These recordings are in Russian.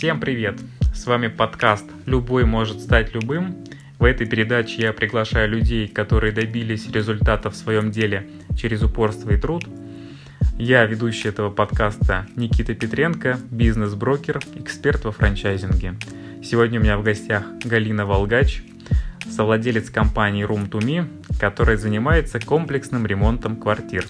Всем привет! С вами подкаст «Любой может стать любым». В этой передаче я приглашаю людей, которые добились результата в своем деле через упорство и труд. Я ведущий этого подкаста Никита Петренко, бизнес-брокер, эксперт во франчайзинге. Сегодня у меня в гостях Галина Волгач, совладелец компании Room2Me, которая занимается комплексным ремонтом квартир.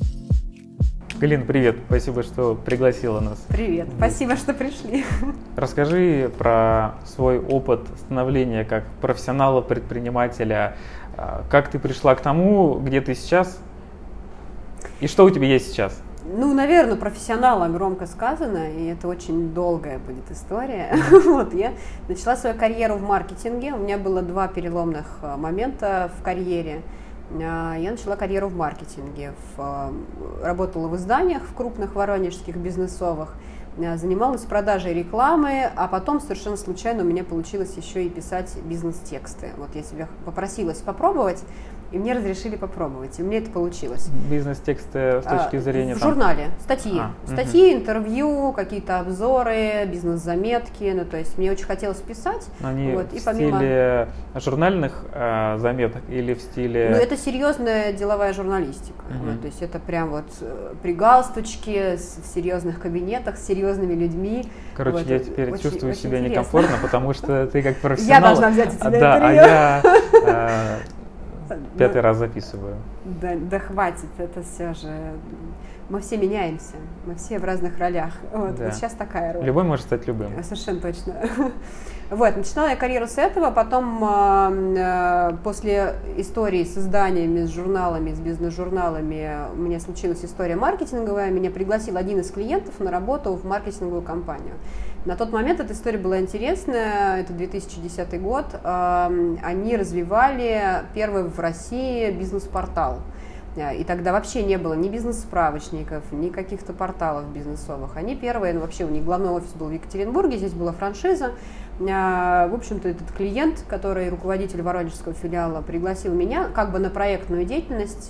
Галина, привет! Спасибо, что пригласила нас. Привет! Спасибо, что пришли. Расскажи про свой опыт становления как профессионала-предпринимателя. Как ты пришла к тому, где ты сейчас? И что у тебя есть сейчас? Наверное, профессионала громко сказано, и это очень долгая будет история. Я начала свою карьеру в маркетинге. У меня было два переломных момента в карьере. Я начала карьеру в маркетинге, работала в изданиях, в крупных воронежских бизнесовых, занималась продажей рекламы, а потом совершенно случайно у меня получилось еще и писать бизнес-тексты. Я себя попросилась попробовать, и мне разрешили попробовать, и мне это получилось. Бизнес-тексты с точки зрения... В журнале, статьи. Статьи, интервью, какие-то обзоры, бизнес-заметки, то есть мне очень хотелось писать. Они в стиле журнальных заметок или в стиле... Это серьезная деловая журналистика, то есть это прям при галстучке, в серьезных кабинетах, с серьезными людьми. Короче, я теперь очень, чувствую очень себя интересно. Некомфортно, потому что ты как профессионал... Я должна взять у тебя интервью. А я пятый раз записываю. Да хватит, это все же... Мы все меняемся, мы все в разных ролях. Вот сейчас такая роль. Любой может стать любым. Совершенно точно. Начинала я карьеру с этого, потом после истории с изданиями, с журналами, с бизнес-журналами у меня случилась история маркетинговая. Меня пригласил один из клиентов на работу в маркетинговую компанию. На тот момент эта история была интересная, это 2010 год. Они развивали первый в России бизнес-портал. И тогда вообще не было ни бизнес-справочников, ни каких-то порталов бизнесовых. Они первые, вообще у них главный офис был в Екатеринбурге, здесь была франшиза. В общем-то, этот клиент, который руководитель воронежского филиала, пригласил меня как бы на проектную деятельность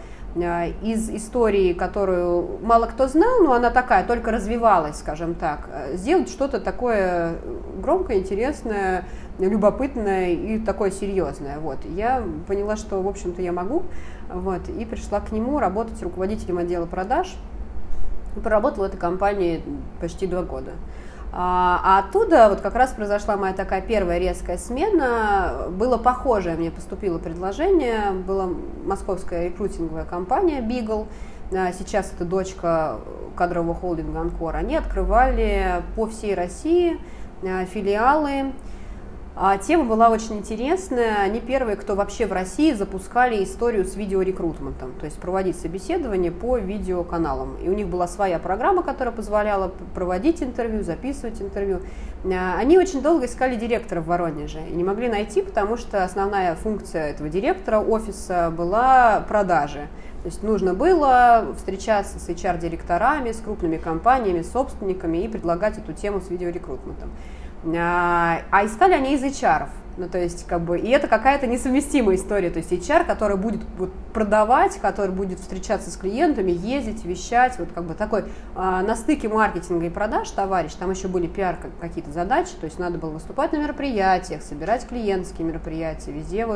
из истории, которую мало кто знал, но она такая, только развивалась, скажем так, сделать что-то такое громкое, интересное, любопытное и такое серьезное. Я поняла, что, в общем-то, я могу, и пришла к нему работать руководителем отдела продаж. Проработала в этой компании почти 2 года. А оттуда как раз произошла моя такая первая резкая смена. Было похожее, мне поступило предложение, была московская рекрутинговая компания Beagle, сейчас это дочка кадрового холдинга Анкор. Они открывали по всей России филиалы. Тема была очень интересная. Они первые, кто вообще в России запускали историю с видеорекрутментом, то есть проводить собеседование по видеоканалам. И у них была своя программа, которая позволяла проводить интервью, записывать интервью. Они очень долго искали директора в Воронеже и не могли найти, потому что основная функция этого директора офиса была продажи. То есть нужно было встречаться с HR-директорами, с крупными компаниями, с собственниками и предлагать эту тему с видеорекрутментом. А искали они из HR, и это какая-то несовместимая история, то есть HR, который будет продавать, который будет встречаться с клиентами, ездить, вещать, такой на стыке маркетинга и продаж товарищ. Там еще были пиар какие-то задачи, то есть надо было выступать на мероприятиях, собирать клиентские мероприятия, везде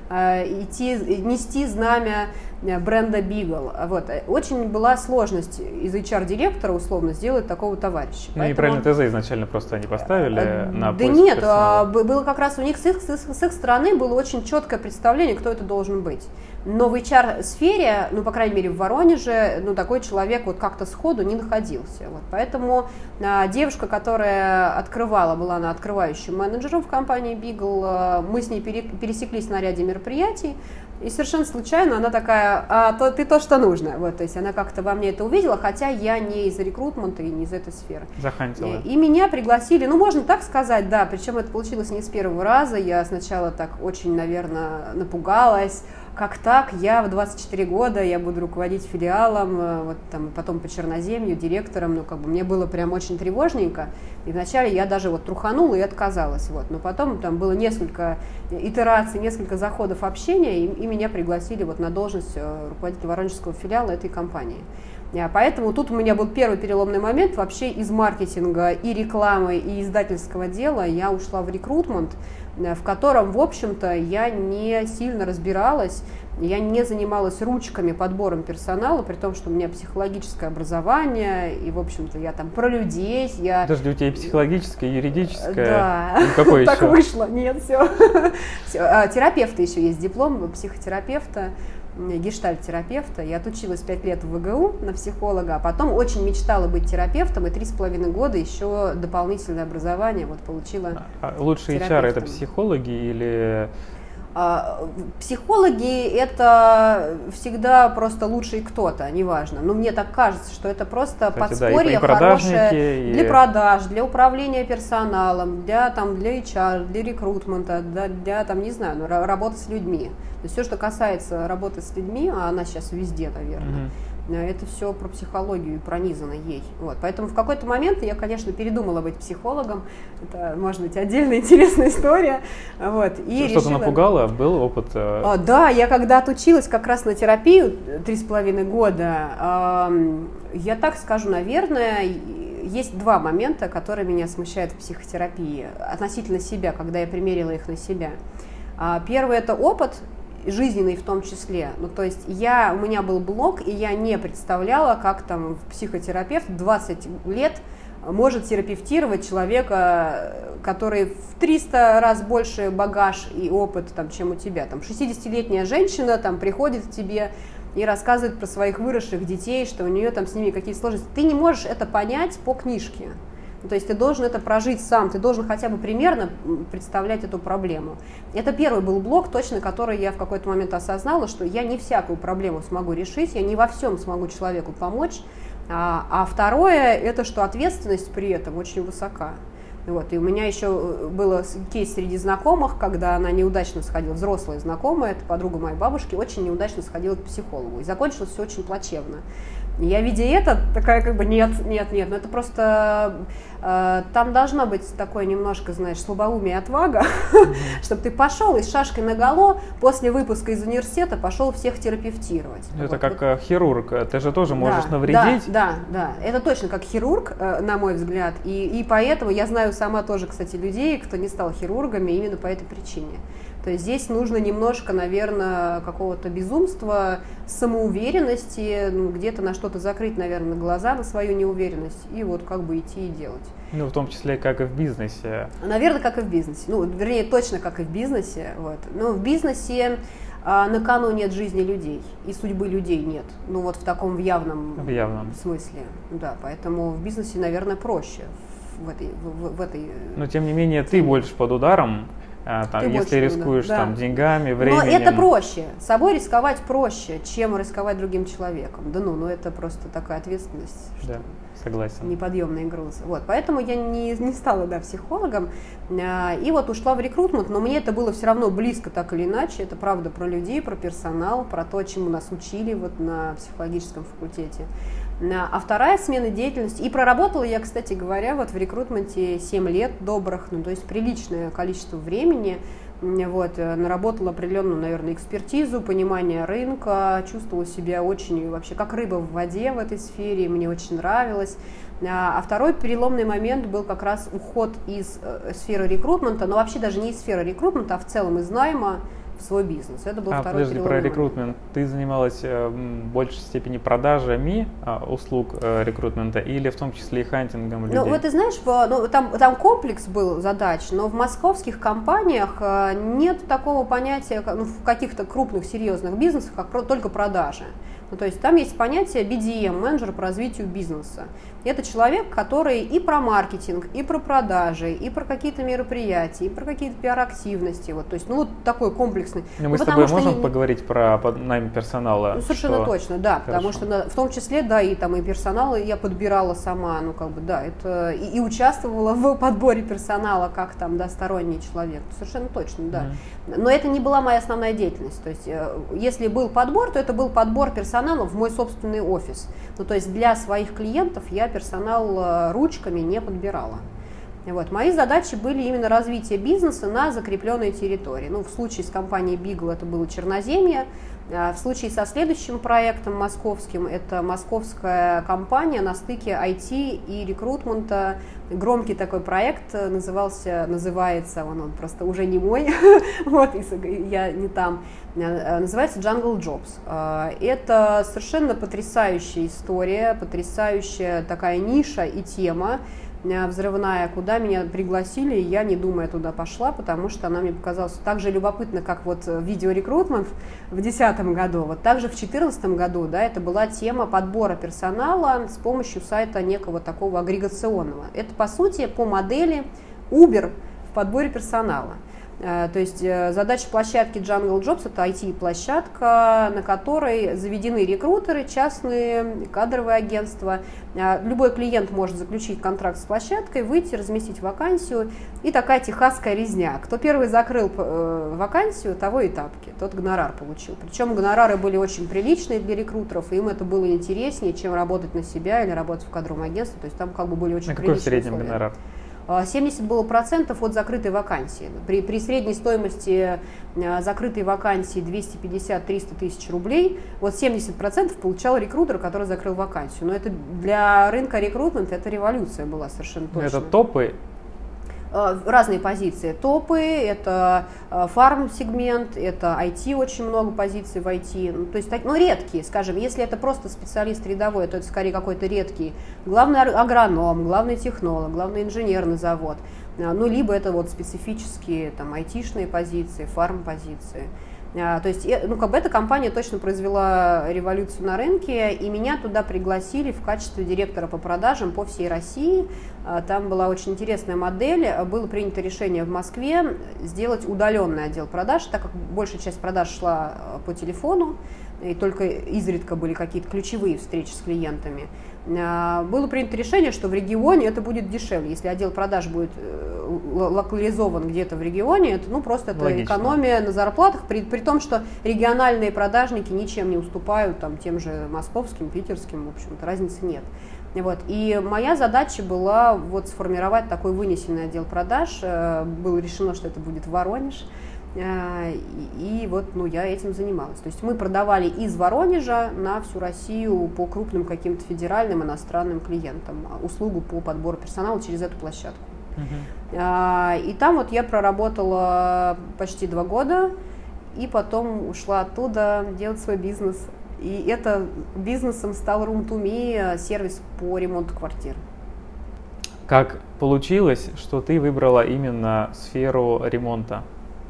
нести знамя бренда Beagle. Очень была сложность из HR-директора условно сделать такого товарища. Неправильно ТЗ изначально просто они поставили на поиск нет, персонала. Было как раз у них с их стороны было очень четкое представление, кто это должен быть. Но в HR-сфере, по крайней мере в Воронеже, такой человек как-то сходу не находился. Поэтому девушка, которая была она открывающим менеджером в компании Beagle, мы с ней пересеклись на ряде мероприятий, и совершенно случайно она такая, ты то, что нужно. То есть она как-то во мне это увидела, хотя я не из рекрутмента и не из этой сферы. Захантила. И меня пригласили, можно так сказать, да, причем это получилось не с первого раза, я сначала так очень, наверное, напугалась. Как так? Я в 24 года, я буду руководить филиалом, потом по Черноземью, директором, мне было прям очень тревожненько. И вначале я даже труханула и отказалась. Но потом там было несколько итераций, несколько заходов общения, и меня пригласили на должность руководителя воронежского филиала этой компании. Поэтому тут у меня был первый переломный момент. Вообще из маркетинга и рекламы, и издательского дела я ушла в рекрутмент, в котором, в общем-то, я не сильно разбиралась. Я не занималась ручками, подбором персонала, при том, что у меня психологическое образование, и, в общем-то, я там про людей. Подожди, у тебя и психологическое, и юридическое? Да, ну, какое так еще? Вышло, нет, все. Терапевта еще есть, диплом психотерапевта, гештальт-терапевта. Я отучилась 5 лет в ВГУ на психолога, а потом очень мечтала быть терапевтом, и 3,5 года еще дополнительное образование вот получила. Лучшие HR это психологи или... Психологи – это всегда просто лучший кто-то, неважно. Но мне так кажется, что это просто, кстати, подспорье хорошее для продаж, для управления персоналом, для HR, для рекрутмента, для там, не знаю, работы с людьми. То есть все, что касается работы с людьми, а она сейчас везде, наверное, это все про психологию и пронизано ей. Вот. Поэтому в какой-то момент я, конечно, передумала быть психологом. Это, может быть, отдельная интересная история. Вот. И что-то напугало? Был опыт? Да, я когда отучилась как раз на терапию 3,5 года, я так скажу, наверное, есть два момента, которые меня смущают в психотерапии относительно себя, когда я примерила их на себя. Первый – это опыт, жизненный в том числе. Ну, то есть у меня был блок, и я не представляла, как там психотерапевт 20 лет может терапевтировать человека, который в 300 раз больше багаж и опыт, там, чем у тебя. Там 60-летняя женщина там, приходит к тебе и рассказывает про своих выросших детей, что у нее там с ними какие-то сложности. Ты не можешь это понять по книжке. То есть ты должен это прожить сам, ты должен хотя бы примерно представлять эту проблему. Это первый был блок, точно который я в какой-то момент осознала, что я не всякую проблему смогу решить, я не во всем смогу человеку помочь. А второе, это что ответственность при этом очень высока. Вот. И у меня еще был кейс среди знакомых, когда она неудачно сходила, взрослая знакомая, это подруга моей бабушки, очень неудачно сходила к психологу. И закончилось все очень плачевно. Я, видя это, такая как бы нет, ну это просто, там должна быть такое немножко, знаешь, слабоумие и отвага, чтобы ты пошел и с шашкой наголо после выпуска из университета пошел всех терапевтировать. Это как хирург, ты же тоже можешь навредить. Да, это точно как хирург, на мой взгляд, и поэтому я знаю сама тоже, кстати, людей, кто не стал хирургами именно по этой причине. То есть здесь нужно немножко, наверное, какого-то безумства, самоуверенности, где-то на что-то закрыть, наверное, глаза, на свою неуверенность, и вот как бы идти и делать. Ну, в том числе, как и в бизнесе. Наверное, как и в бизнесе. Ну, вернее, точно как и в бизнесе. Вот. Но в бизнесе на кону нет жизни людей, и судьбы людей нет. Ну, вот в таком в явном смысле. Да, поэтому в бизнесе, наверное, проще в этой. Но, тем не менее, ты больше под ударом. Там, если рискуешь там, деньгами, временем. Но это проще. Собой рисковать проще, чем рисковать другим человеком. Да ну это просто такая ответственность. Да, согласен. Неподъемный груз. Вот, поэтому я не стала психологом. И вот ушла в рекрутмент, но мне это было все равно близко так или иначе. Это правда про людей, про персонал, про то, чему нас учили вот на психологическом факультете. А вторая смена деятельности, и проработала я, кстати говоря, вот в рекрутменте 7 лет добрых, ну то есть приличное количество времени, вот, наработала определенную, наверное, экспертизу, понимание рынка, чувствовала себя очень вообще как рыба в воде в этой сфере, мне очень нравилось. А второй переломный момент был как раз уход из сферы рекрутмента, но вообще даже не из сферы рекрутмента, а в целом из найма в свой бизнес. Это был второй переломный про рекрутмент. Ты занималась в большей степени продажами услуг рекрутмента или в том числе и хантингом людей? Ну, вот ты знаешь, там комплекс был задач, но в московских компаниях нет такого понятия, в каких-то крупных серьезных бизнесах, как только продажи. Ну, то есть там есть понятие BDM, менеджер по развитию бизнеса. Это человек, который и про маркетинг, и про продажи, и про какие-то мероприятия, и про какие-то пиар-активности. Вот, то есть, вот такой комплексный. Но мы с тобой можем поговорить про найм персонала? Ну, совершенно точно, да. Хорошо. Потому что в том числе, да, и там и персонал я подбирала сама, это и участвовала в подборе персонала, как там, сторонний человек. Совершенно точно, да. Но это не была моя основная деятельность. То есть, если был подбор, то это был подбор персонала в мой собственный офис. Ну, то есть для своих клиентов я персонал ручками не подбирала. Вот. Мои задачи были именно развитие бизнеса на закрепленной территории. Ну, в случае с компанией Beagle это было Черноземье, В случае со следующим проектом московским, это московская компания на стыке IT и рекрутмента. Громкий такой проект называется, он просто уже не мой, вот, я не там, называется Jungle Jobs. Это совершенно потрясающая история, потрясающая такая ниша и тема, взрывная, куда меня пригласили, и я, не думая, туда пошла, потому что она мне показалась так же любопытна, как вот видеорекрутмент в 2010 году, вот также в 2014 году, да, это была тема подбора персонала с помощью сайта некого такого агрегационного. Это, по сути, по модели Uber в подборе персонала. То есть задача площадки Jungle Jobs – это IT-площадка, на которой заведены рекрутеры, частные кадровые агентства. Любой клиент может заключить контракт с площадкой, выйти, разместить вакансию. И такая техасская резня. Кто первый закрыл вакансию, того и тапки, тот гонорар получил. Причем гонорары были очень приличные для рекрутеров, и им это было интереснее, чем работать на себя или работать в кадровом агентстве. То есть там как бы были очень приличные условия. Какой в среднем гонорар? 70% было от закрытой вакансии. При средней стоимости закрытой вакансии 250-300 тысяч рублей, вот 70% получал рекрутер, который закрыл вакансию. Но это для рынка рекрутмента это революция была совершенно точно. Это топы? Разные позиции. Топы, это фарм-сегмент, это IT, очень много позиций в IT. То есть, редкие, скажем, если это просто специалист рядовой, то это скорее какой-то редкий главный агроном, главный технолог, главный инженерный завод. Либо это вот специфические там IT-шные позиции, фарм-позиции. То есть, эта компания точно произвела революцию на рынке, и меня туда пригласили в качестве директора по продажам по всей России. Там была очень интересная модель. Было принято решение в Москве сделать удаленный отдел продаж, так как большая часть продаж шла по телефону, и только изредка были какие-то ключевые встречи с клиентами. Было принято решение, что в регионе это будет дешевле. Если отдел продаж будет локализован где-то в регионе, это просто это экономия на зарплатах, при том, что региональные продажники ничем не уступают тем же московским, питерским, в общем-то, разницы нет. Вот. И моя задача была сформировать такой вынесенный отдел продаж. Было решено, что это будет Воронеж. И я этим занималась. То есть мы продавали из Воронежа на всю Россию по крупным каким-то федеральным иностранным клиентам услугу по подбору персонала через эту площадку. И там я проработала почти 2 года, и потом ушла оттуда делать свой бизнес. И это бизнесом стал Room2Me, сервис по ремонту квартир. Как получилось, что ты выбрала именно сферу ремонта?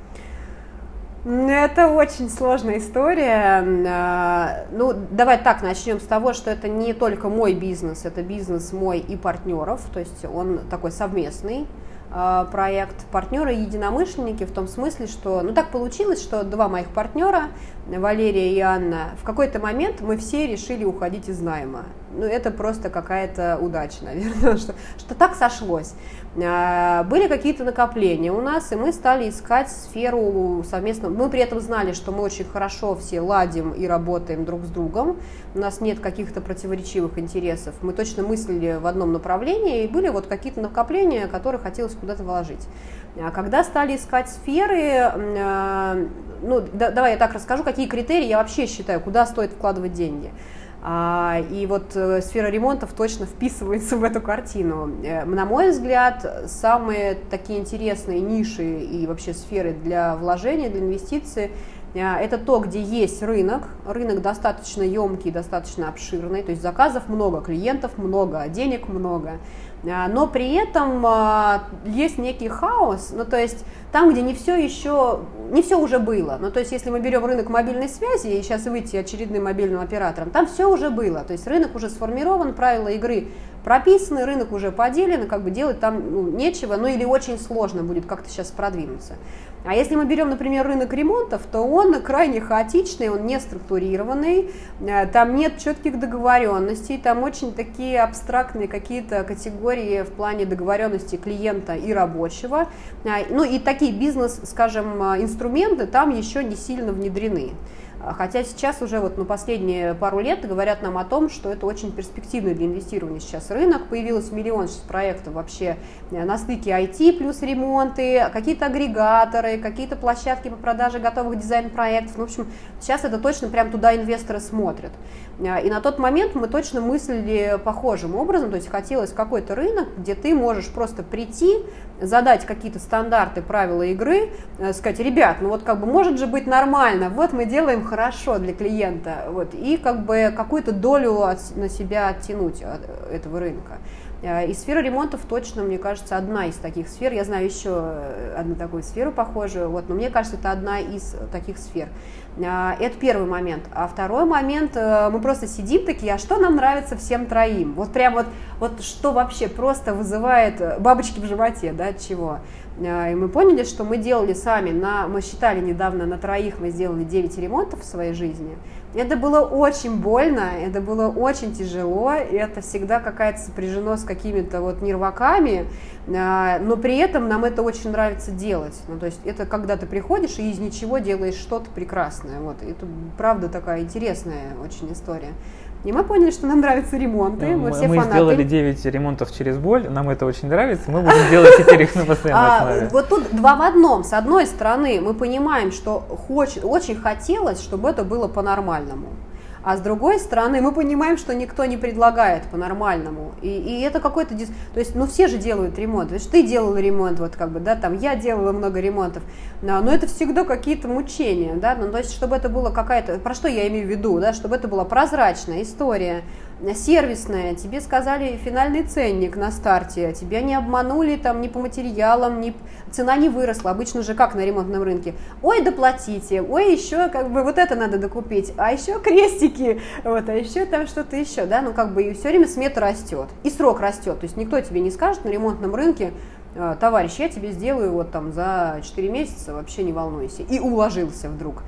Это очень сложная история. Давай так, начнем с того, что это не только мой бизнес, это бизнес мой и партнеров, то есть он такой совместный проект. Партнеры единомышленники в том смысле, что, так получилось, что 2 моих партнера, Валерия и Анна, в какой-то момент мы все решили уходить из найма. Это просто какая-то удача, наверное, что так сошлось. Были какие-то накопления у нас, и мы стали искать сферу совместно. Мы при этом знали, что мы очень хорошо все ладим и работаем друг с другом. У нас нет каких-то противоречивых интересов. Мы точно мыслили в одном направлении, и были какие-то накопления, которые хотелось куда-то вложить. Когда стали искать сферы, давай я так расскажу, какие критерии я вообще считаю, куда стоит вкладывать деньги. И сфера ремонтов точно вписывается в эту картину. На мой взгляд, самые такие интересные ниши и вообще сферы для вложения, для инвестиций – это то, где есть рынок достаточно емкий, достаточно обширный, то есть заказов много, клиентов много, денег много, но при этом есть некий хаос, то есть там, где не все уже было. То есть если мы берем рынок мобильной связи и сейчас выйти очередным мобильным оператором, там все уже было, то есть рынок уже сформирован, правила игры прописаны, рынок уже поделен, делать там нечего, или очень сложно будет как-то сейчас продвинуться. А если мы берем, например, рынок ремонтов, то он крайне хаотичный, он не структурированный, там нет четких договоренностей, там очень такие абстрактные какие-то категории в плане договоренности клиента и рабочего, и такие бизнес, скажем, инструменты там еще не сильно внедрены. Хотя сейчас уже вот, последние пару лет говорят нам о том, что это очень перспективный для инвестирования сейчас рынок. Появилось миллион сейчас проектов вообще на стыке IT плюс ремонты, какие-то агрегаторы, какие-то площадки по продаже готовых дизайн-проектов. В общем, сейчас это точно прям туда инвесторы смотрят. И на тот момент мы точно мыслили похожим образом, то есть хотелось какой-то рынок, где ты можешь просто прийти, задать какие-то стандарты, правила игры, сказать: ребят, может же быть нормально, вот мы делаем хорошо для клиента, вот, и какую-то долю на себя оттянуть от этого рынка. И сфера ремонтов точно, мне кажется, одна из таких сфер. Я знаю еще одну такую сферу похожую, но мне кажется, это одна из таких сфер. Это первый момент. А второй момент, мы просто сидим такие: а что нам нравится всем троим? Вот прям вот что вообще просто вызывает бабочки в животе, да, от чего? И мы поняли, что мы делали сами, мы считали недавно, на троих мы сделали 9 ремонтов в своей жизни. Это было очень больно, это было очень тяжело, и это всегда какая-то сопряжено с какими-то нерваками, но при этом нам это очень нравится делать. То есть это когда ты приходишь и из ничего делаешь что-то прекрасное. Это правда такая интересная очень история. И мы поняли, что нам нравятся ремонты, мы все фанаты. Мы сделали 9 ремонтов через боль, нам это очень нравится, мы будем делать теперь их на постоянной основе. Вот тут два в одном. С одной стороны, мы понимаем, что очень хотелось, чтобы это было по-нормальному. А с другой стороны, мы понимаем, что никто не предлагает по-нормальному. И это какой-то... То есть, все же делают ремонт. Видишь, ты делал ремонт, я делала много ремонтов. Но это всегда какие-то мучения, да. То есть, чтобы это было какая-то... Про что я имею в виду, да? Чтобы это была прозрачная история, сервисная, тебе сказали финальный ценник на старте, тебя не обманули ни по материалам, цена не выросла. Обычно же как на ремонтном рынке: ой, доплатите, ой, еще вот это надо докупить, а еще крестики, а еще там что-то еще, да, и все время смета растет, и срок растет, то есть никто тебе не скажет на ремонтном рынке: товарищ, я тебе сделаю за 4 месяца, вообще не волнуйся, и уложился вдруг.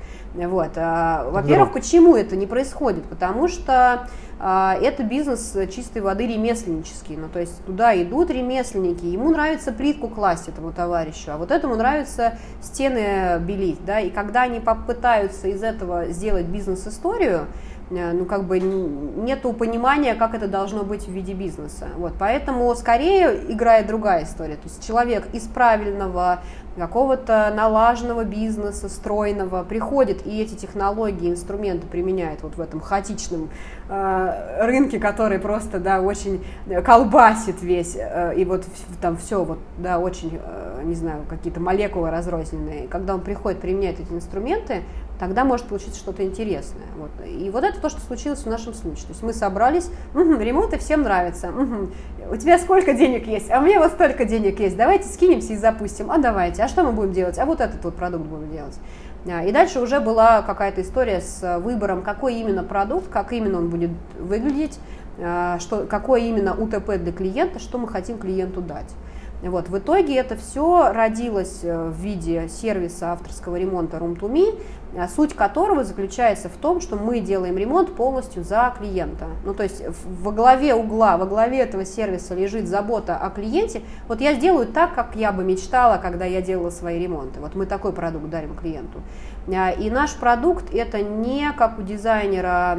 Во-первых, почему это не происходит? Потому что это бизнес чистой воды ремесленнический, то есть туда идут ремесленники, ему нравится плитку класть этому товарищу, а этому нравится стены белить, да, и когда они попытаются из этого сделать бизнес-историю, нету понимания, как это должно быть в виде бизнеса. Поэтому скорее играет другая история. То есть человек из правильного, какого-то налаженного бизнеса, стройного, приходит и эти технологии, инструменты применяет в этом хаотичном рынке, который просто, да, очень колбасит весь, и там все, очень, не знаю, какие-то молекулы разрозненные. Когда он приходит, применяет эти инструменты, тогда может получиться что-то интересное. И это то, что случилось в нашем случае. То есть мы собрались, ремонты всем нравятся, у тебя сколько денег есть, а у меня столько денег есть, давайте скинемся и запустим, давайте, а что мы будем делать, этот продукт будем делать. И дальше уже была какая-то история с выбором, какой именно продукт, как именно он будет выглядеть, какой именно УТП для клиента, что мы хотим клиенту дать. В итоге это все родилось в виде сервиса авторского ремонта Room2Me, суть которого заключается в том, что мы делаем ремонт полностью за клиента. То есть во главе угла, во главе этого сервиса лежит забота о клиенте. Я сделаю так, как я бы мечтала, когда я делала свои ремонты. Мы такой продукт дарим клиенту. И наш продукт — это не как у дизайнера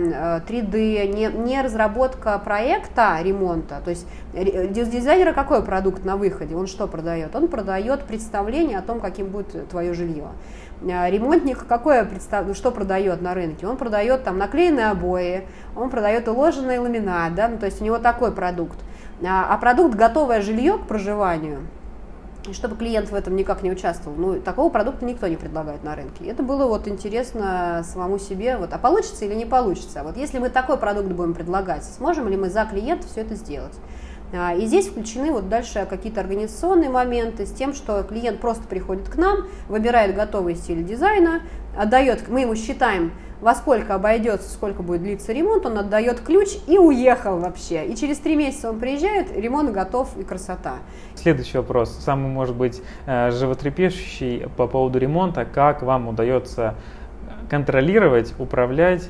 3D, не разработка проекта ремонта. То есть у дизайнера какой продукт на выходе? Он что продает? Он продает представление о том, каким будет твое жилье. Ремонтник что продает на рынке? Он продает наклеенные обои, он продает уложенный ламинат, да? То есть у него такой продукт. А продукт — готовое жилье к проживанию, и чтобы клиент в этом никак не участвовал, такого продукта никто не предлагает на рынке. Это было интересно самому себе, а получится или не получится. Если мы такой продукт будем предлагать, сможем ли мы за клиента все это сделать? И здесь включены дальше какие-то организационные моменты с тем, что клиент просто приходит к нам, выбирает готовый стиль дизайна, отдает, мы ему считаем, во сколько обойдется, сколько будет длиться ремонт, он отдает ключ и уехал вообще. И через 3 месяца он приезжает, ремонт готов и красота. Следующий вопрос, самый, может быть, животрепещущий по поводу ремонта. Как вам удается контролировать, управлять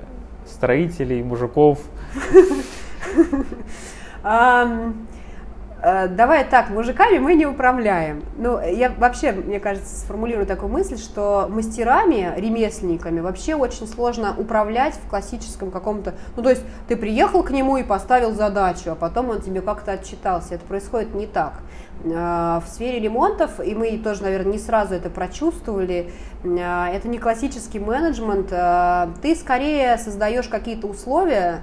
строителей, мужиков? Давай так, мужиками мы не управляем. Ну, я вообще, мне кажется, сформулирую такую мысль, что мастерами, ремесленниками вообще очень сложно управлять в классическом каком-то... Ну, то есть ты приехал к нему и поставил задачу, а потом он тебе как-то отчитался. Это происходит не так. В сфере ремонтов, и мы тоже, наверное, не сразу это прочувствовали, это не классический менеджмент. Ты скорее создаешь какие-то условия,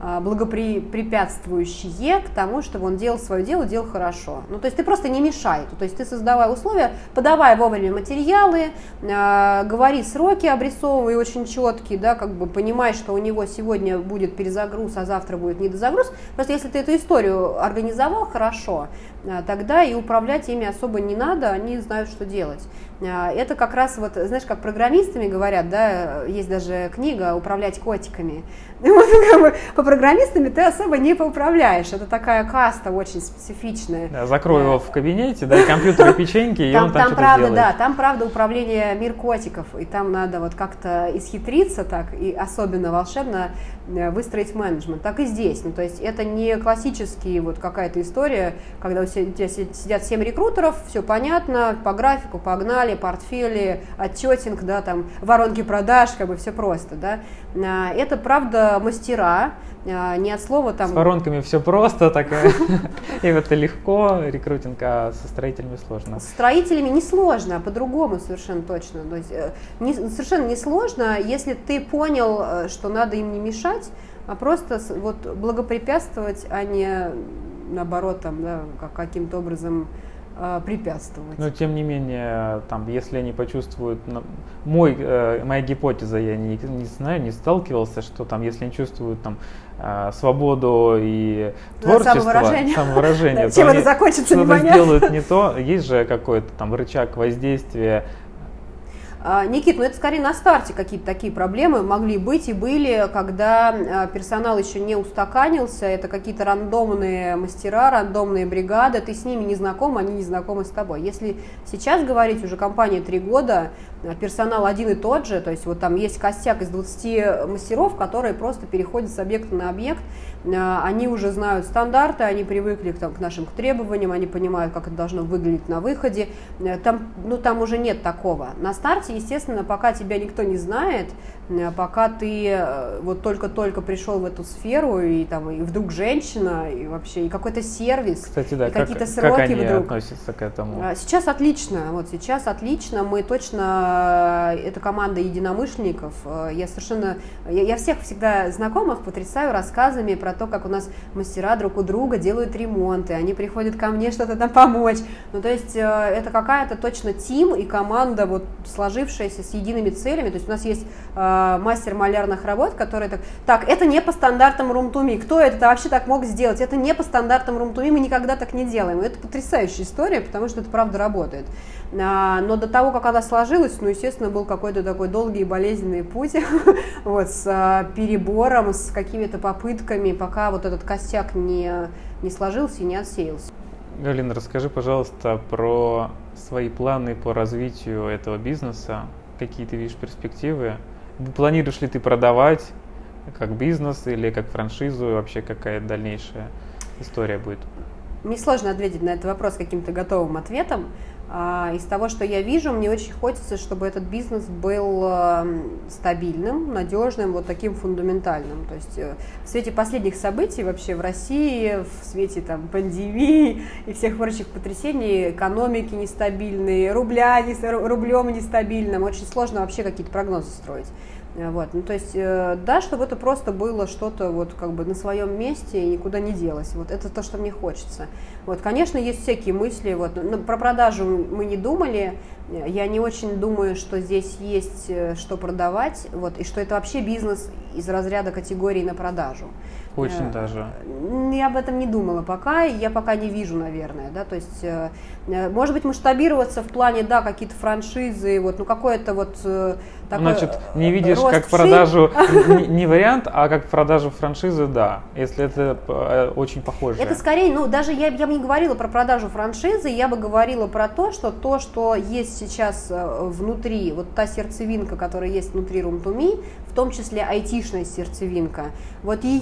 благопрепятствующие к тому, чтобы он делал свое дело, делал хорошо. Ну, то есть ты просто не мешай. То есть ты создавай условия, подавай вовремя материалы, говори сроки, обрисовывай очень четкие, да, как бы понимай, что у него сегодня будет перезагруз, а завтра будет недозагруз. Просто если ты эту историю организовал хорошо, тогда и управлять ими особо не надо, они знают, что делать. Это как раз вот, знаешь, как программистами говорят, да, есть даже книга «Управлять котиками». Вот, как бы, по программистами ты особо не поуправляешь, это такая каста очень специфичная. Да, закрой его в кабинете, дай компьютер и печеньки, и он там что-то правда, сделает. Да, там правда управление мир котиков, и там надо вот как-то исхитриться так, и особенно волшебно выстроить менеджмент, так и здесь. Ну, то есть это не классический вот какая-то история, когда у тебя сидят 7 рекрутеров, все понятно, по графику погнали, портфели, отчетинг, да, там, воронки продаж, как бы все просто, да. Это, правда, мастера, не от слова там... С воронками все просто, и это легко, рекрутинг, а со строителями сложно. С строителями не сложно, а по-другому совершенно точно. То есть, совершенно не сложно, если ты понял, что надо им не мешать, а просто вот благопрепятствовать, а не наоборот там, да, каким-то образом препятствовать. Но тем не менее, там, если они почувствуют, моя гипотеза, я не знаю, не сталкивался, что там, если они чувствуют там свободу и творчество, самовыражение, чем это закончится, непонятно. Сделают не то, есть же какой-то там рычаг воздействия. Никит, ну это скорее на старте какие-то такие проблемы могли быть и были, когда персонал еще не устаканился, это какие-то рандомные мастера, рандомные бригады, ты с ними не знаком, они не знакомы с тобой. Если сейчас говорить, уже компания 3 года, персонал один и тот же, то есть вот там есть костяк из 20 мастеров, которые просто переходят с объекта на объект, они уже знают стандарты, они привыкли к нашим требованиям, они понимают, как это должно выглядеть на выходе, там уже нет такого. На старте, естественно, пока тебя никто не знает, пока ты вот только-только пришел в эту сферу, и вдруг женщина, и вообще и какой-то сервис, кстати, да, и какие-то сроки как они вдруг. относятся к этому? Сейчас отлично, мы точно, это команда единомышленников, я всех всегда знакомых потрясаю рассказами про то, как у нас мастера друг у друга делают ремонты, они приходят ко мне что-то там помочь, ну то есть это какая-то точно тим и команда вот сложившаяся с едиными целями, то есть у нас есть мастер малярных работ, который так, это не по стандартам Room2Me, кто это вообще так мог сделать, это не по стандартам Room2Me, мы никогда так не делаем, и это потрясающая история, потому что это правда работает, но до того, как она сложилась, ну естественно был какой-то такой долгий и болезненный путь, вот, с перебором, с какими-то попытками, пока вот этот костяк не сложился и не отсеялся. Галина, расскажи, пожалуйста, про свои планы по развитию этого бизнеса, какие ты видишь перспективы, планируешь ли ты продавать как бизнес или как франшизу, и вообще какая дальнейшая история будет? Мне сложно ответить на этот вопрос каким-то готовым ответом. Из того, что я вижу, мне очень хочется, чтобы этот бизнес был стабильным, надежным, вот таким фундаментальным. То есть в свете последних событий вообще в России, в свете там, пандемии и всех прочих потрясений, экономики нестабильные, рублем нестабильным, очень сложно вообще какие-то прогнозы строить. Вот, ну, то есть, да, чтобы это просто было что-то вот как бы на своем месте и никуда не делось. Вот это то, что мне хочется. Вот, конечно, есть всякие мысли. Вот, про продажу мы не думали. Я не очень думаю, что здесь есть что продавать, вот, и что это вообще бизнес из разряда категории на продажу. Очень даже. Я об этом не думала пока, я пока не вижу, наверное, да, то есть, может быть, масштабироваться в плане, да, какие-то франшизы, вот, ну, какое-то вот такое. Значит, не видишь как продажу, не вариант, а как продажу франшизы, да, если это очень похоже. Это скорее, ну, даже я бы не говорила про продажу франшизы, я бы говорила про то, что есть сейчас внутри, вот та сердцевинка, которая есть внутри Room2Me, в том числе айтишная сердцевинка, вот ее, наверное,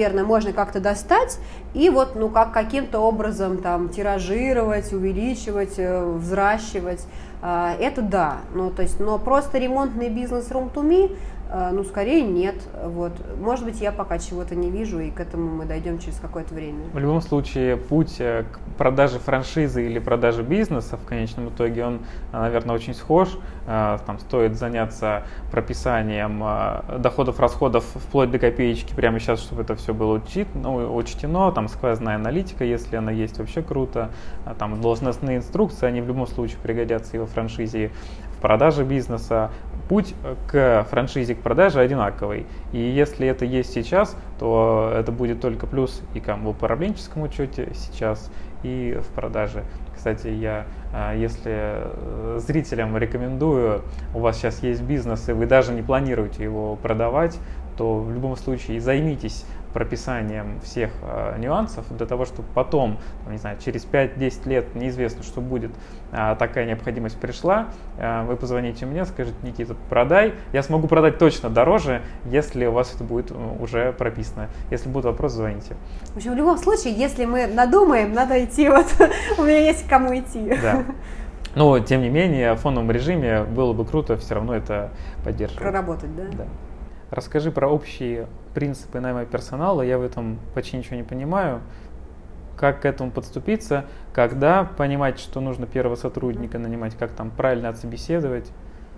наверное, можно как-то достать и вот, ну, каким-то образом там тиражировать, увеличивать, взращивать. Это да, ну, то есть, но просто ремонтный бизнес Room to Me, ну, скорее нет. Вот. Может быть, я пока чего-то не вижу, и к этому мы дойдем через какое-то время. В любом случае, путь к продаже франшизы или продаже бизнеса в конечном итоге, он, наверное, очень схож. Там стоит заняться прописанием доходов, расходов вплоть до копеечки прямо сейчас, чтобы это все было учтено. Там сквозная аналитика, если она есть, вообще круто. Там должностные инструкции, они в любом случае пригодятся и во франшизе, в продаже бизнеса. Путь к франшизе, к продаже одинаковый. И если это есть сейчас, то это будет только плюс и в управленческом учете сейчас, и в продаже. Кстати, я, если зрителям рекомендую, у вас сейчас есть бизнес, и вы даже не планируете его продавать, то в любом случае займитесь прописанием всех нюансов для того, чтобы потом, не знаю, через 5-10 лет, неизвестно, что будет, такая необходимость пришла, вы позвоните мне, скажете: Никита, продай. Я смогу продать точно дороже, если у вас это будет уже прописано. Если будут вопросы, звоните. В общем, в любом случае, если мы надумаем, надо идти, вот у меня есть к кому идти. Да. Но, тем не менее, в фоновом режиме было бы круто все равно это поддерживать. Проработать, да? Да. Расскажи про общие принципы найма персонала. Я в этом почти ничего не понимаю. Как к этому подступиться? Когда понимать, что нужно первого сотрудника нанимать? Как там правильно отсобеседовать?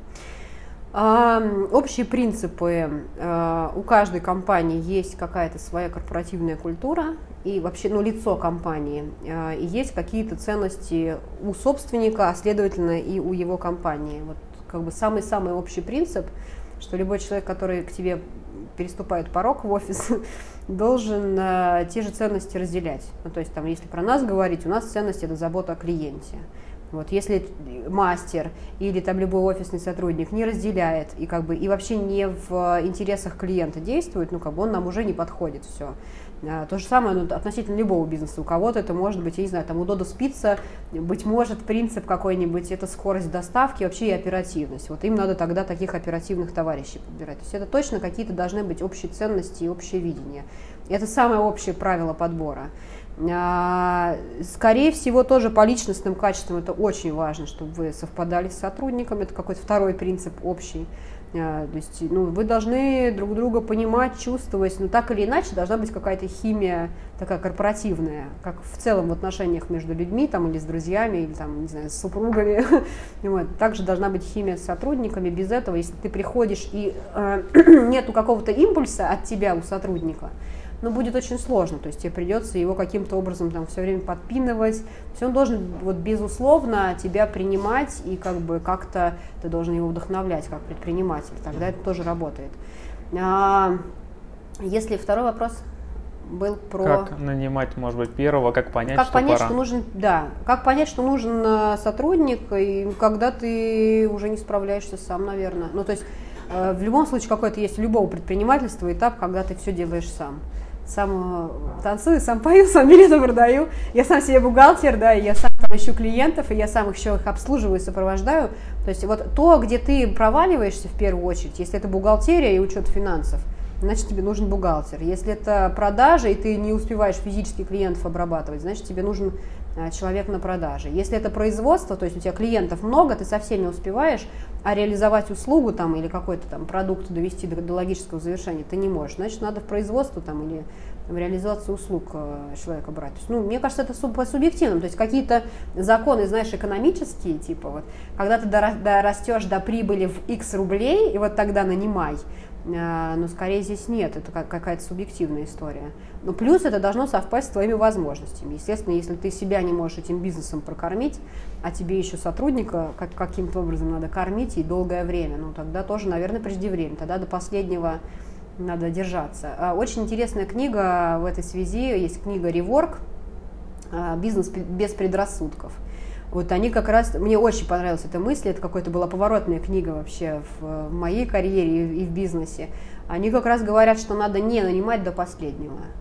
Общие принципы. У каждой компании есть какая-то своя корпоративная культура и вообще, ну, лицо компании. И есть какие-то ценности у собственника, а следовательно и у его компании. Вот как бы самый-самый общий принцип, что любой человек, который к тебе переступает порог в офис, должен те же ценности разделять. Ну, то есть, там, если про нас говорить, у нас ценность – это забота о клиенте. Вот, если мастер или там любой офисный сотрудник не разделяет и вообще не в интересах клиента действует, ну, он нам уже не подходит, все. То же самое относительно любого бизнеса. У кого-то это может быть, я не знаю, там у Dodos Pizza, быть может, принцип какой-нибудь, это скорость доставки, вообще и оперативность. Вот им надо тогда таких оперативных товарищей подбирать. То есть это точно какие-то должны быть общие ценности и общее видение. Это самое общее правило подбора. Скорее всего, тоже по личностным качествам это очень важно, чтобы вы совпадали с сотрудником. Это какой-то второй принцип общий. То есть, ну, вы должны друг друга понимать, чувствовать, но так или иначе должна быть какая-то химия такая корпоративная, как в целом в отношениях между людьми там, или с друзьями, или там, не знаю, с супругами. Вот. Также должна быть химия с сотрудниками. Без этого, если ты приходишь и нету какого-то импульса от тебя у сотрудника, но будет очень сложно, то есть тебе придется его каким-то образом там все время подпинывать, то есть он должен вот безусловно тебя принимать и как-то ты должен его вдохновлять как предприниматель, тогда это тоже работает. Если второй вопрос был про... Как нанимать, может быть, первого, как понять, как что понять, пора? Что нужен, да, как понять, что нужен сотрудник, и когда ты уже не справляешься сам, наверное. Ну, то есть в любом случае какой-то есть у любого предпринимательства этап, когда ты все делаешь сам. Сам танцую, сам пою, сам билеты продаю, я сам себе бухгалтер, да, и я сам там ищу клиентов, и я сам еще их обслуживаю, сопровождаю. То есть вот то, где ты проваливаешься в первую очередь, если это бухгалтерия и учет финансов, значит тебе нужен бухгалтер. Если это продажи, и ты не успеваешь физически клиентов обрабатывать, значит тебе нужен человек на продаже. Если это производство, то есть у тебя клиентов много, ты со всеми успеваешь, а реализовать услугу там, или какой-то там продукт довести до логического завершения ты не можешь, значит надо в производство там, или в реализацию услуг человека брать. То есть, ну, мне кажется, это по субъективным, то есть какие-то законы, знаешь, экономические, типа вот, когда ты дорастешь до прибыли в X рублей, и вот тогда нанимай. Но скорее здесь нет, это какая-то субъективная история. Но плюс это должно совпасть с твоими возможностями. Естественно, если ты себя не можешь этим бизнесом прокормить, а тебе еще сотрудника каким-то образом надо кормить и долгое время, ну тогда тоже, наверное, преждевременно, тогда до последнего надо держаться. Очень интересная книга в этой связи, есть книга «Реворк. Бизнес без предрассудков». Вот они как раз, мне очень понравилась эта мысль, это какая-то была поворотная книга вообще в моей карьере и в бизнесе. Они как раз говорят, что надо не нанимать до последнего. То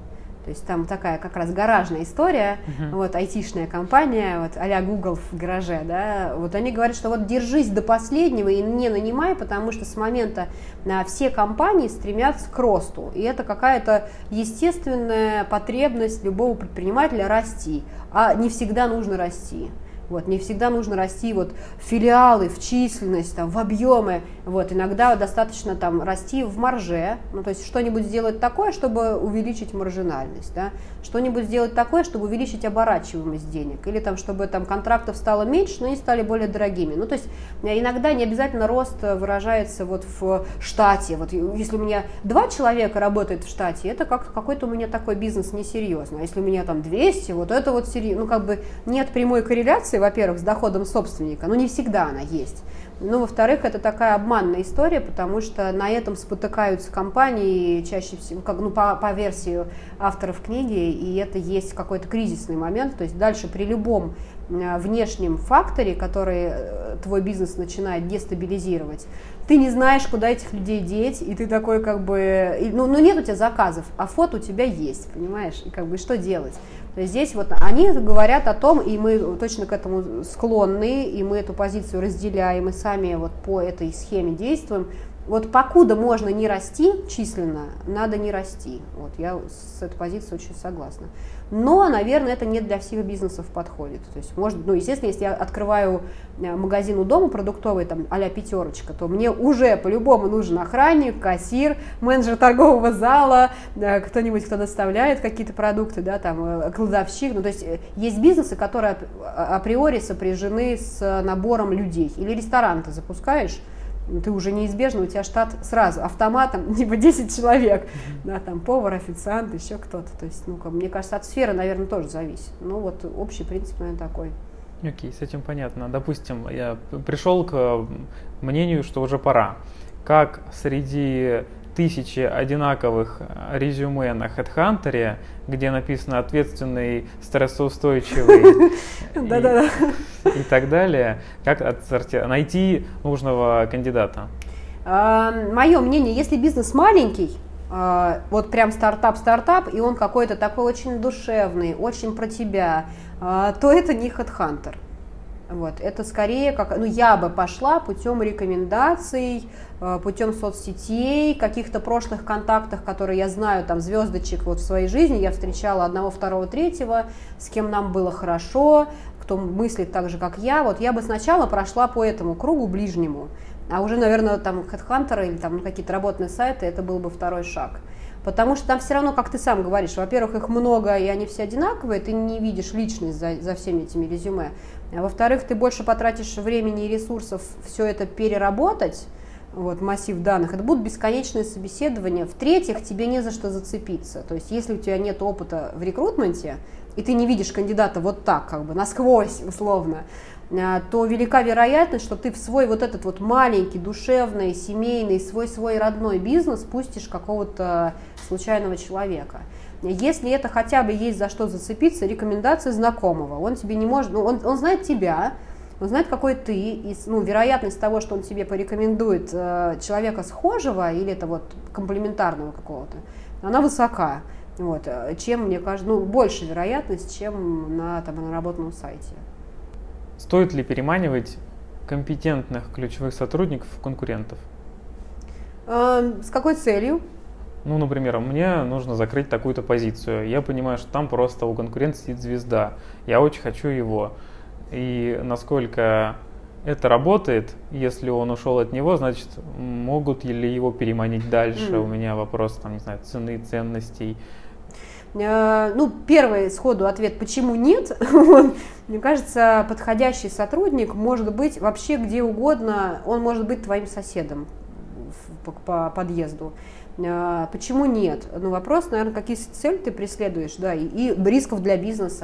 То есть там такая как раз гаражная история, вот айтишная компания, вот а-ля Google в гараже, да, вот они говорят, что вот держись до последнего и не нанимай, потому что с момента все компании стремятся к росту, и это какая-то естественная потребность любого предпринимателя расти, а не всегда нужно расти. Вот, не всегда нужно расти вот, в филиалы, в численность, там, в объемы. Вот, иногда достаточно там, расти в марже, ну, то есть что-нибудь сделать такое, чтобы увеличить маржинальность, да? Что-нибудь сделать такое, чтобы увеличить оборачиваемость денег, или там, чтобы там, контрактов стало меньше, но они стали более дорогими. Ну, то есть иногда не обязательно рост выражается вот, в штате. Вот, если у меня 2 человека работают в штате, это как какой-то у меня такой бизнес несерьезный. А если у меня там 200, вот это вот серьезно. Ну, как бы нет прямой корреляции, во-первых, с доходом собственника, но не всегда она есть. Ну, во-вторых, это такая обманная история, потому что на этом спотыкаются компании чаще всего, как, ну, по версии авторов книги, и это есть какой-то кризисный момент, то есть дальше при любом внешнем факторе, который твой бизнес начинает дестабилизировать, ты не знаешь, куда этих людей деть, и ты такой как бы, ну нет у тебя заказов, а фото у тебя есть, понимаешь, и как бы что делать? То есть здесь вот они говорят о том, и мы точно к этому склонны, и мы эту позицию разделяем, и сами вот по этой схеме действуем. Вот покуда можно не расти численно, надо не расти. Вот я с этой позицией очень согласна. Но, наверное, это не для всех бизнесов подходит. То есть, может, ну, естественно, если я открываю магазин у дома продуктовый, там, а-ля Пятерочка, то мне уже по-любому нужен охранник, кассир, менеджер торгового зала, кто-нибудь, кто доставляет какие-то продукты, да, там, кладовщик. Ну, то есть есть бизнесы, которые априори сопряжены с набором людей. Или ресторан ты запускаешь, ты уже неизбежно, у тебя штат сразу автоматом, типа 10 человек, да, там повар, официант, еще кто-то. То есть, ну, мне кажется, от сферы, наверное, тоже зависит. Ну, вот общий принцип, наверное, такой. Окей, с этим понятно. Допустим, я пришел к мнению, что уже пора. Как среди 1000 одинаковых резюме на HeadHunter, где написано «ответственный, стрессоустойчивый» и так далее, как найти нужного кандидата? Мое мнение, если бизнес маленький, вот прям стартап, и он какой-то такой очень душевный, очень про тебя, то это не HeadHunter. Вот, это скорее, как, ну, я бы пошла путем рекомендаций, путем соцсетей, каких-то прошлых контактов, которые я знаю, там, звездочек вот в своей жизни, я встречала 1, 2, 3, с кем нам было хорошо, кто мыслит так же, как я, вот я бы сначала прошла по этому кругу ближнему, а уже, наверное, там HeadHunter или там какие-то работные сайты, это был бы второй шаг. Потому что там все равно, как ты сам говоришь, во-первых, их много, и они все одинаковые, ты не видишь личность за всеми этими резюме. А во-вторых, ты больше потратишь времени и ресурсов все это переработать, вот, массив данных, это будут бесконечные собеседования. В-третьих, тебе не за что зацепиться. То есть, если у тебя нет опыта в рекрутменте, и ты не видишь кандидата вот так, как бы насквозь, условно, то велика вероятность, что ты в свой вот этот вот маленький, душевный, семейный, свой родной бизнес пустишь какого-то случайного человека. Если это хотя бы есть за что зацепиться, рекомендация знакомого, он тебе не может, ну, он знает тебя, он знает, какой ты, и, ну, вероятность того, что он тебе порекомендует человека схожего или это вот комплементарного какого-то, она высока. Вот, чем, мне кажется, ну, больше вероятность, чем на наработанном сайте. Стоит ли переманивать компетентных ключевых сотрудников конкурентов? С какой целью? Ну, например, мне нужно закрыть такую-то позицию. Я понимаю, что там просто у конкурента сидит звезда. Я очень хочу его. И насколько это работает, если он ушел от него, значит, могут ли его переманить дальше? У меня вопрос, там, не знаю, цены, ценностей. Ну, первый сходу ответ, почему нет. Мне кажется, подходящий сотрудник может быть вообще где угодно, он может быть твоим соседом по подъезду. Почему нет? Ну, вопрос, наверное, какие цели ты преследуешь, да, и рисков для бизнеса.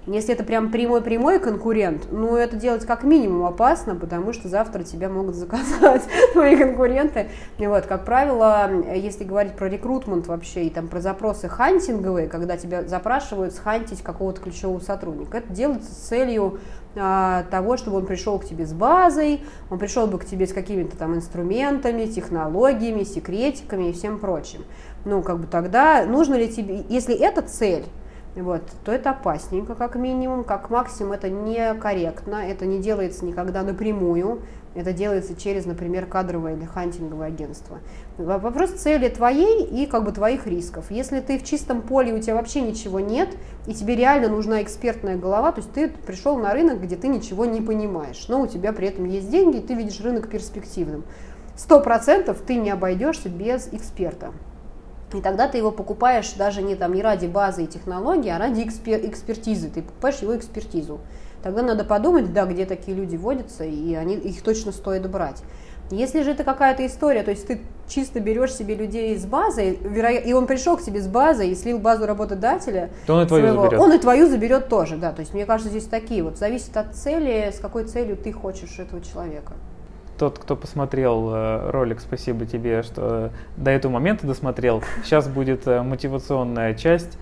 Если это прям прямой конкурент, ну, это делать как минимум опасно, потому что завтра тебя могут заказать твои конкуренты. И вот, как правило, если говорить про рекрутмент вообще и там про запросы хантинговые, когда тебя запрашивают схантить какого-то ключевого сотрудника, это делается с целью того, чтобы он пришел к тебе с базой, он пришел бы к тебе с какими-то там инструментами, технологиями, секретиками и всем прочим. Ну, как бы тогда нужно ли тебе, если это цель, вот, то это опасненько, как минимум, как максимум это некорректно, это не делается никогда напрямую, это делается через, например, кадровое или хантинговое агентство. Вопрос цели твоей и как бы твоих рисков. Если ты в чистом поле, у тебя вообще ничего нет, и тебе реально нужна экспертная голова, то есть ты пришел на рынок, где ты ничего не понимаешь, но у тебя при этом есть деньги, и ты видишь рынок перспективным. 100% ты не обойдешься без эксперта. И тогда ты его покупаешь даже не ради базы и технологий, а ради экспертизы. Ты покупаешь его экспертизу. Тогда надо подумать, да, где такие люди водятся, и их точно стоит брать. Если же это какая-то история, то есть ты чисто берешь себе людей из базы, и он пришел к тебе с базой и слил базу работодателя, то он и твою заберет. Он и твою заберет тоже, да. То есть мне кажется, здесь такие вот, зависит от цели, с какой целью ты хочешь этого человека. Тот, кто посмотрел ролик, спасибо тебе, что до этого момента досмотрел. Сейчас будет мотивационная часть.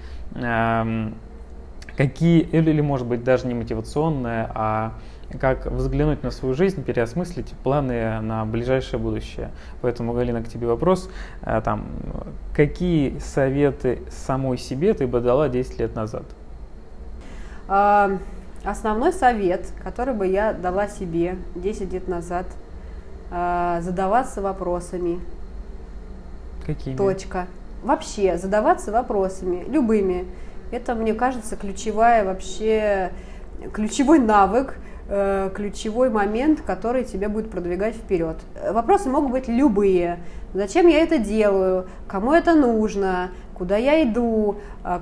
Или, может быть, даже не мотивационная, а как взглянуть на свою жизнь, переосмыслить планы на ближайшее будущее. Поэтому, Галина, к тебе вопрос. Какие советы самой себе ты бы дала 10 лет назад? Основной совет, который бы я дала себе 10 лет назад, задаваться вопросами. Какими? Точка. Вообще задаваться вопросами, любыми. Это, мне кажется, ключевой навык, ключевой момент, который тебя будет продвигать вперед. Вопросы могут быть любые. Зачем я это делаю? Кому это нужно? Куда я иду?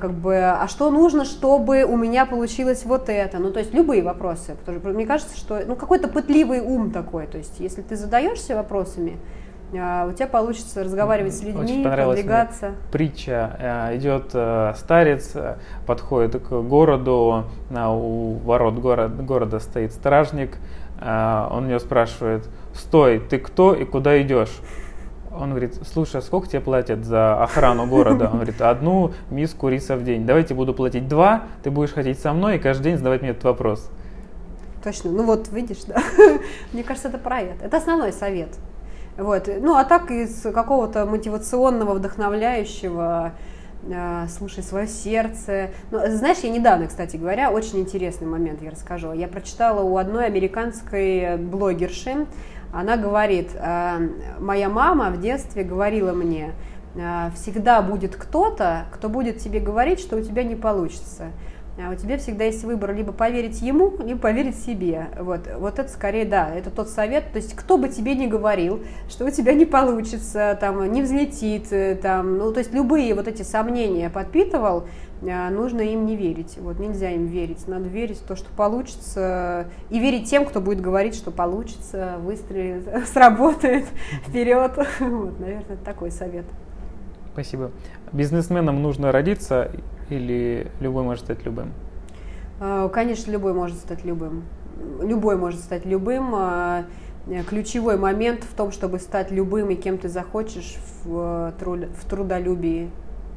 А что нужно, чтобы у меня получилось вот это? Ну, то есть любые вопросы. Потому что мне кажется, что какой-то пытливый ум такой. То есть если ты задаешься вопросами, у тебя получится разговаривать с людьми, продвигаться. Притча. Идет старец, подходит к городу, у ворот города стоит стражник, он у него спрашивает: «Стой, ты кто и куда идешь?» Он говорит: «Слушай, а сколько тебе платят за охрану города?» Он говорит: «1 миску риса в день. Давайте буду платить 2, ты будешь ходить со мной и каждый день задавать мне этот вопрос». Точно, видишь, да. Мне кажется, это про это. Это основной совет. Вот. А так из какого-то мотивационного, вдохновляющего, слушай свое сердце. Знаешь, я недавно, кстати говоря, очень интересный момент я расскажу. Я прочитала у одной американской блогерши, она говорит: моя мама в детстве говорила мне, всегда будет кто-то, кто будет тебе говорить, что у тебя не получится. У тебя всегда есть выбор либо поверить ему, либо поверить себе. Вот это скорее, да, это тот совет. То есть кто бы тебе ни говорил, что у тебя не получится, не взлетит, то есть любые вот эти сомнения подпитывал, нужно им не верить. Нельзя им верить. Надо верить в то, что получится, и верить тем, кто будет говорить, что получится, выстрелит, сработает, вперед. Наверное, это такой совет. Спасибо. Бизнесменам нужно родиться или любой может стать любым? Конечно, любой может стать любым. Любой может стать любым. Ключевой момент в том, чтобы стать любым и кем ты захочешь, в трудолюбии.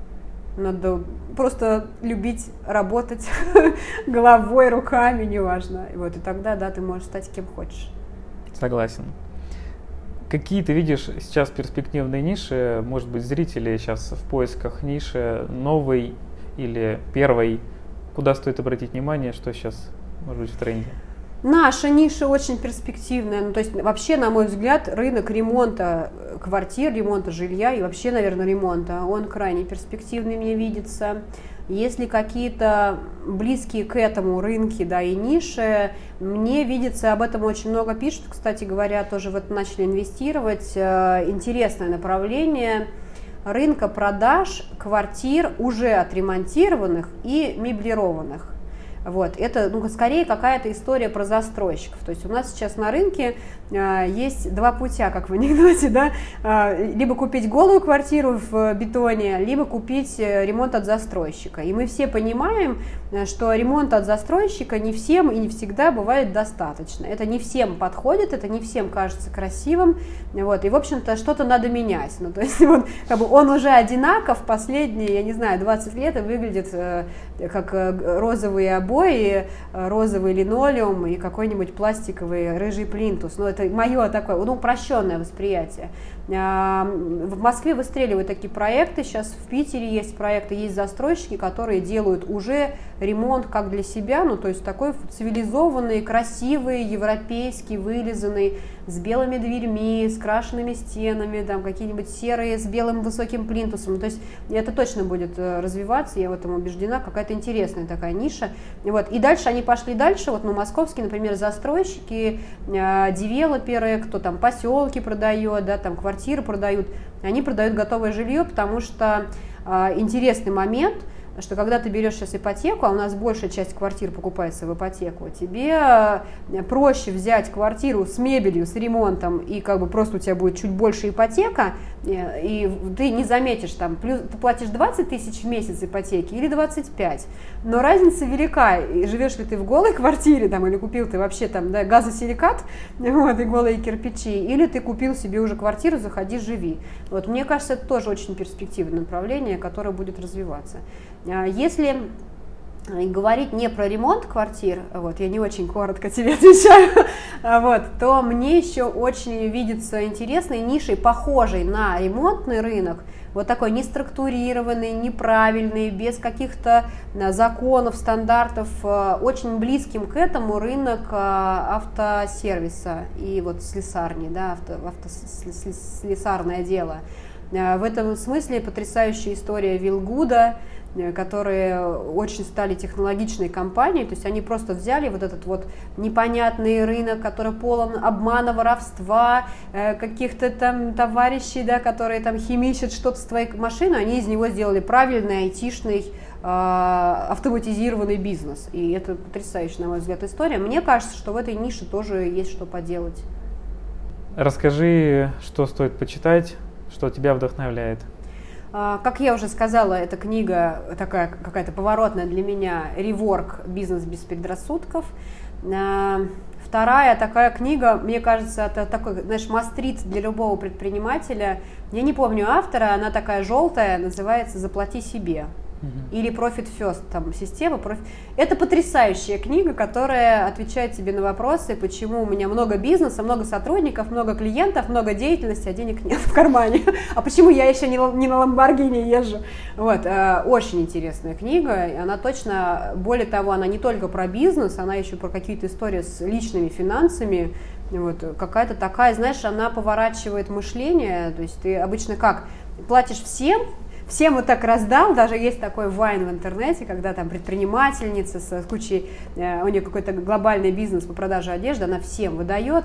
Надо просто любить работать головой, руками, неважно. И тогда, да, ты можешь стать кем хочешь. Согласен. Какие ты видишь сейчас перспективные ниши? Может быть, зрители сейчас в поисках ниши новой или первой? Куда стоит обратить внимание, что сейчас может быть в тренде? Наша ниша очень перспективная. То есть вообще, на мой взгляд, рынок ремонта квартир, ремонта жилья и вообще, наверное, ремонта, он крайне перспективный мне видится. Если какие-то близкие к этому рынки, да, и ниши, мне видится, об этом очень много пишут, кстати говоря, тоже в это начали инвестировать. Интересное направление рынка продаж квартир уже отремонтированных и меблированных. Вот. Это скорее какая-то история про застройщиков. То есть у нас сейчас на рынке есть два путя, как в анекдоте, да? Либо купить голую квартиру в бетоне, либо купить ремонт от застройщика. И мы все понимаем, что ремонт от застройщика не всем и не всегда бывает достаточно. Это не всем подходит, это не всем кажется красивым. Вот. И, в общем-то, что-то надо менять. Ну, то есть вот, как бы он уже одинаков последние, я не знаю, 20 лет и выглядит как розовые обои, розовый линолеум и какой-нибудь пластиковый рыжий плинтус. Ну, это мое такое, упрощенное восприятие. В Москве выстреливают такие проекты, сейчас в Питере есть проекты, есть застройщики, которые делают уже ремонт как для себя, ну, то есть такой цивилизованный, красивый, европейский, вылизанный, с белыми дверьми, с крашенными стенами, там какие-нибудь серые с белым высоким плинтусом. То есть это точно будет развиваться, я в этом убеждена, какая-то интересная такая ниша. Вот. И дальше они пошли дальше, вот, московские, например, застройщики, девелоперы, кто там поселки продает, да, там квартиры продают, они продают готовое жилье, потому что интересный момент, что когда ты берешь сейчас ипотеку, а у нас большая часть квартир покупается в ипотеку, тебе проще взять квартиру с мебелью, с ремонтом, и как бы просто у тебя будет чуть больше ипотека, и ты не заметишь, там, плюс, ты платишь 20 тысяч в месяц ипотеки или 25, но разница велика, и живешь ли ты в голой квартире, там, или купил ты вообще там, да, газосиликат, вот, и голые кирпичи, или ты купил себе уже квартиру, заходи, живи. Вот, мне кажется, это тоже очень перспективное направление, которое будет развиваться. Если говорить не про ремонт квартир, вот, я не очень коротко тебе отвечаю, вот, то мне еще очень видится интересной нишей, похожей на ремонтный рынок, вот такой неструктурированный, неправильный, без каких-то законов, стандартов, очень близким к этому рынок автосервиса и вот слесарни, да, слесарное дело. В этом смысле потрясающая история Вилгуда, которые очень стали технологичной компанией, то есть они просто взяли вот этот вот непонятный рынок, который полон обмана, воровства, каких-то там товарищей, да, которые там химичат что-то с твоей машиной, они из него сделали правильный айтишный автоматизированный бизнес. И это потрясающая, на мой взгляд, история. Мне кажется, что в этой нише тоже есть что поделать. Расскажи, что стоит почитать, что тебя вдохновляет. Как я уже сказала, эта книга такая какая-то поворотная для меня, «Реворк. Бизнес без предрассудков». Вторая такая книга, мне кажется, это такой, знаешь, мастрит для любого предпринимателя. Я не помню автора, она такая желтая, называется «Заплати себе». Или Profit First, там система. Это потрясающая книга, которая отвечает тебе на вопросы, почему у меня много бизнеса, много сотрудников, много клиентов, много деятельности, а денег нет в кармане. А почему я еще не на Ламборгини езжу? Вот, очень интересная книга. Она точно, более того, она не только про бизнес, она еще про какие-то истории с личными финансами. Вот, какая-то такая, знаешь, она поворачивает мышление. То есть ты обычно как? Платишь всем вот так раздал, даже есть такой вайн в интернете, когда там предпринимательница с кучей, у нее какой-то глобальный бизнес по продаже одежды, она всем выдает,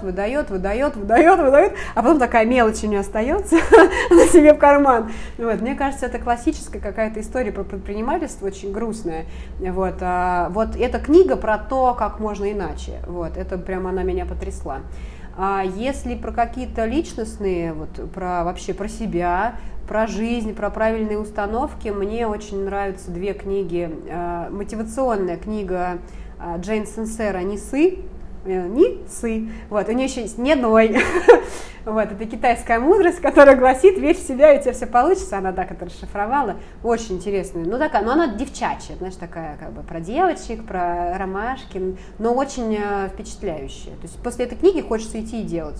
а потом такая мелочь у нее остается на себе в карман. Вот, мне кажется, это классическая какая-то история про предпринимательство, очень грустная. Вот, вот эта книга про то, как можно иначе. Вот, это прямо она меня потрясла. А если про какие-то личностные, вот, вообще про себя, про жизнь, про правильные установки, мне очень нравятся две книги. Мотивационная книга Джейн Синсера «Не ссы», вот, у нее еще есть «Не ной». Вот, это китайская мудрость, которая гласит: верь в себя, и у тебя все получится. Она так это расшифровала. Очень интересная. Ну, такая, но она девчачья, знаешь, такая как бы про девочек, про ромашки, но очень впечатляющая. То есть после этой книги хочется идти и делать.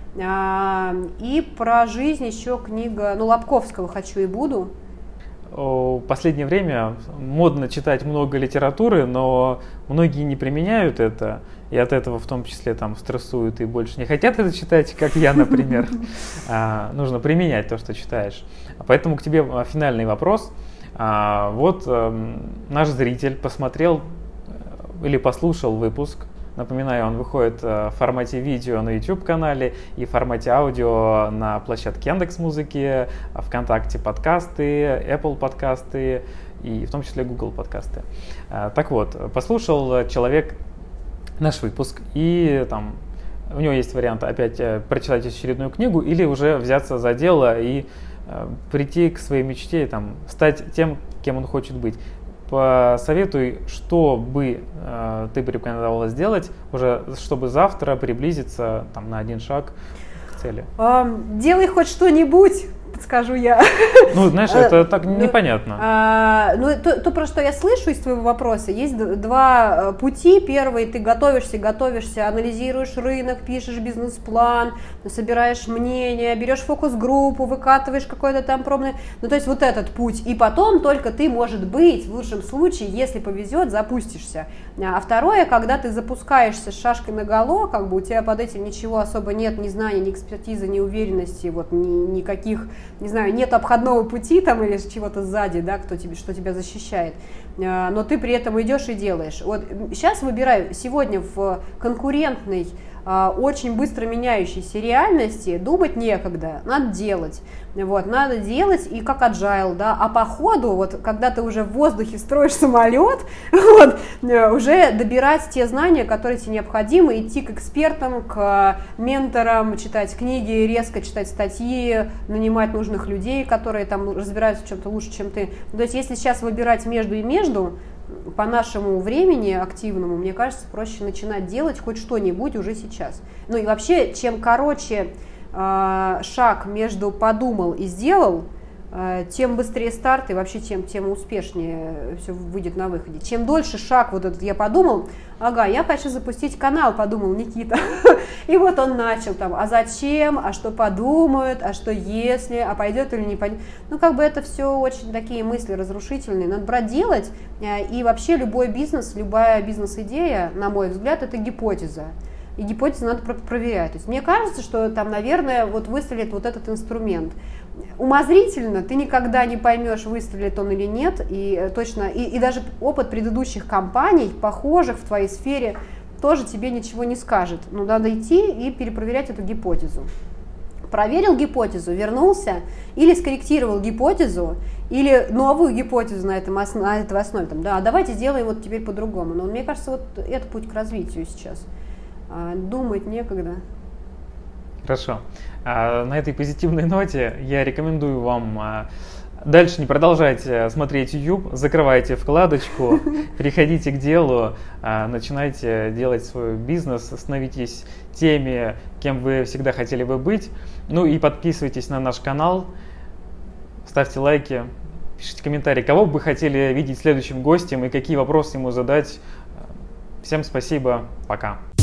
И про жизнь еще книга, Лобковского «Хочу и буду». В последнее время модно читать много литературы, но многие не применяют это, и от этого в том числе там стрессуют и больше не хотят это читать, как я, например. Нужно применять то, что читаешь. Поэтому к тебе финальный вопрос. Вот наш зритель посмотрел или послушал выпуск. Напоминаю, он выходит в формате видео на YouTube-канале и в формате аудио на площадке Яндекс.Музыки, ВКонтакте подкасты, Apple подкасты и в том числе Google подкасты. Так вот, послушал человек наш выпуск, и там у него есть вариант опять прочитать очередную книгу или уже взяться за дело и прийти к своей мечте и там, стать тем, кем он хочет быть. Посоветуй, что бы ты порекомендовала сделать, уже чтобы завтра приблизиться там, на один шаг к цели. Делай хоть что-нибудь, подскажу я. Ну, знаешь, это так непонятно. То, про что я слышу из твоего вопроса, есть два пути. Первый, ты готовишься, анализируешь рынок, пишешь бизнес-план, собираешь мнение, берешь фокус-группу, выкатываешь какой-то там пробный. Ну, то есть вот этот путь. И потом только ты, может быть, в лучшем случае, если повезет, запустишься. А второе, когда ты запускаешься с шашкой наголо, как бы у тебя под этим ничего особо нет, ни знаний, ни экспертизы, ни уверенности, вот никаких, не знаю, нет обходного пути там или чего-то сзади, да, что тебя защищает, но ты при этом идешь и делаешь. Вот сейчас выбирай, сегодня в конкурентной, очень быстро меняющейся реальности думать некогда, надо делать. Вот, надо делать и как agile, да, а по ходу, вот, когда ты уже в воздухе строишь самолет, вот, уже добирать те знания, которые тебе необходимы, идти к экспертам, к менторам, читать книги, резко читать статьи, нанимать нужных людей, которые там разбираются в чем-то лучше, чем ты. То есть, если сейчас выбирать между и между, по нашему времени активному, мне кажется, проще начинать делать хоть что-нибудь уже сейчас. Ну и вообще, чем короче шаг между подумал и сделал, тем быстрее старт и вообще тем успешнее все выйдет на выходе. Чем дольше шаг вот этот я подумал, я хочу запустить канал, подумал Никита. И вот он начал там, а зачем, а что подумают, а что если, а пойдет или не пойдет. Ну как бы это все очень такие мысли разрушительные. Надо брать делать, и вообще любой бизнес, любая бизнес-идея, на мой взгляд, это гипотеза. И гипотезу надо проверять. То есть мне кажется, что там, наверное, вот выстрелит вот этот инструмент. Умозрительно ты никогда не поймешь, выстрелит он или нет, и точно, и даже опыт предыдущих компаний, похожих в твоей сфере, тоже тебе ничего не скажет. Но надо идти и перепроверять эту гипотезу. Проверил гипотезу, вернулся, или скорректировал гипотезу, или новую гипотезу на этой основе. Там, да, давайте сделаем вот теперь по-другому. Но мне кажется, вот это путь к развитию сейчас. Думать некогда. Хорошо. На этой позитивной ноте я рекомендую вам дальше не продолжать смотреть YouTube, закрывайте вкладочку, переходите к делу, начинайте делать свой бизнес, становитесь теми, кем вы всегда хотели бы быть. Ну и подписывайтесь на наш канал, ставьте лайки, пишите комментарии, кого бы вы хотели видеть следующим гостем и какие вопросы ему задать. Всем спасибо, пока.